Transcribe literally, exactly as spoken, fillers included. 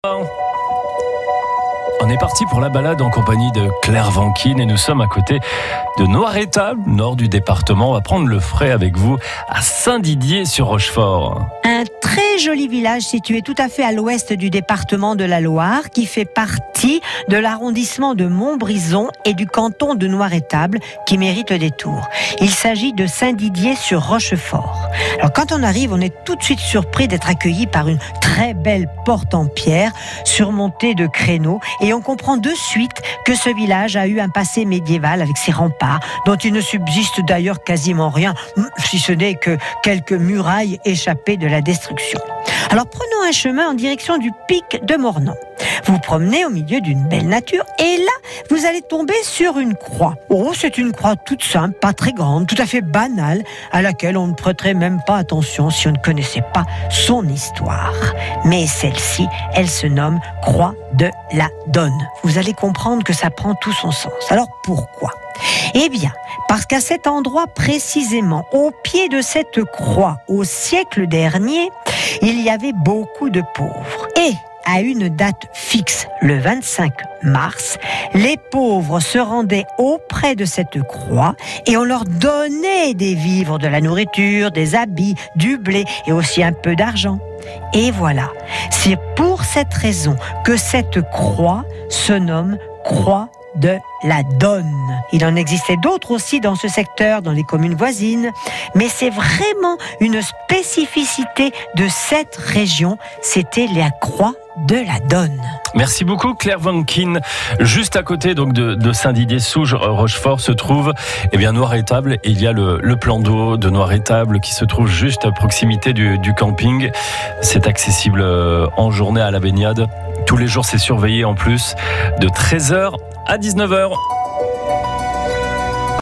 On est parti pour la balade en compagnie de Claire Vanquine et nous sommes à côté de Noirétable, nord du département. On va prendre le frais avec vous à Saint-Didier-sur-Rochefort. Un très joli village situé tout à fait à l'ouest du département de la Loire qui fait partie de l'arrondissement de Montbrison et du canton de Noirétable qui mérite le détour. Il s'agit de Saint-Didier-sur-Rochefort. Alors quand on arrive, on est tout de suite surpris d'être accueilli par une très belle porte en pierre surmontée de créneaux et on comprend de suite que ce village a eu un passé médiéval avec ses remparts dont il ne subsiste d'ailleurs quasiment rien, si ce n'est que quelques murailles échappées de la destruction. Alors prenons un chemin en direction du pic de Mornan. Vous vous promenez au milieu d'une belle nature et là, vous allez tomber sur une croix. Oh, c'est une croix toute simple, pas très grande, tout à fait banale, à laquelle on ne prêterait même pas attention si on ne connaissait pas son histoire. Mais celle-ci, elle se nomme Croix de la Donne. Vous allez comprendre que ça prend tout son sens. Alors pourquoi ? Eh bien, parce qu'à cet endroit précisément, au pied de cette croix, au siècle dernier, il y avait beaucoup de pauvres. Et à une date fixe, le vingt-cinq mars, les pauvres se rendaient auprès de cette croix et on leur donnait des vivres, de la nourriture, des habits, du blé et aussi un peu d'argent. Et voilà, c'est pour cette raison que cette croix se nomme Croix de la Donne. Il en existait d'autres aussi dans ce secteur, dans les communes voisines, mais c'est vraiment une spécificité de cette région, c'était la Croix de la Donne. Merci beaucoup Claire Vanquine. Juste à côté donc de, de Saint-Didier-sous-Rochefort se trouve eh bien Noirétable. Il y a le, le plan d'eau de Noirétable qui se trouve juste à proximité du, du camping. C'est accessible en journée à la baignade. Tous les jours c'est surveillé en plus de treize heures à dix-neuf heures.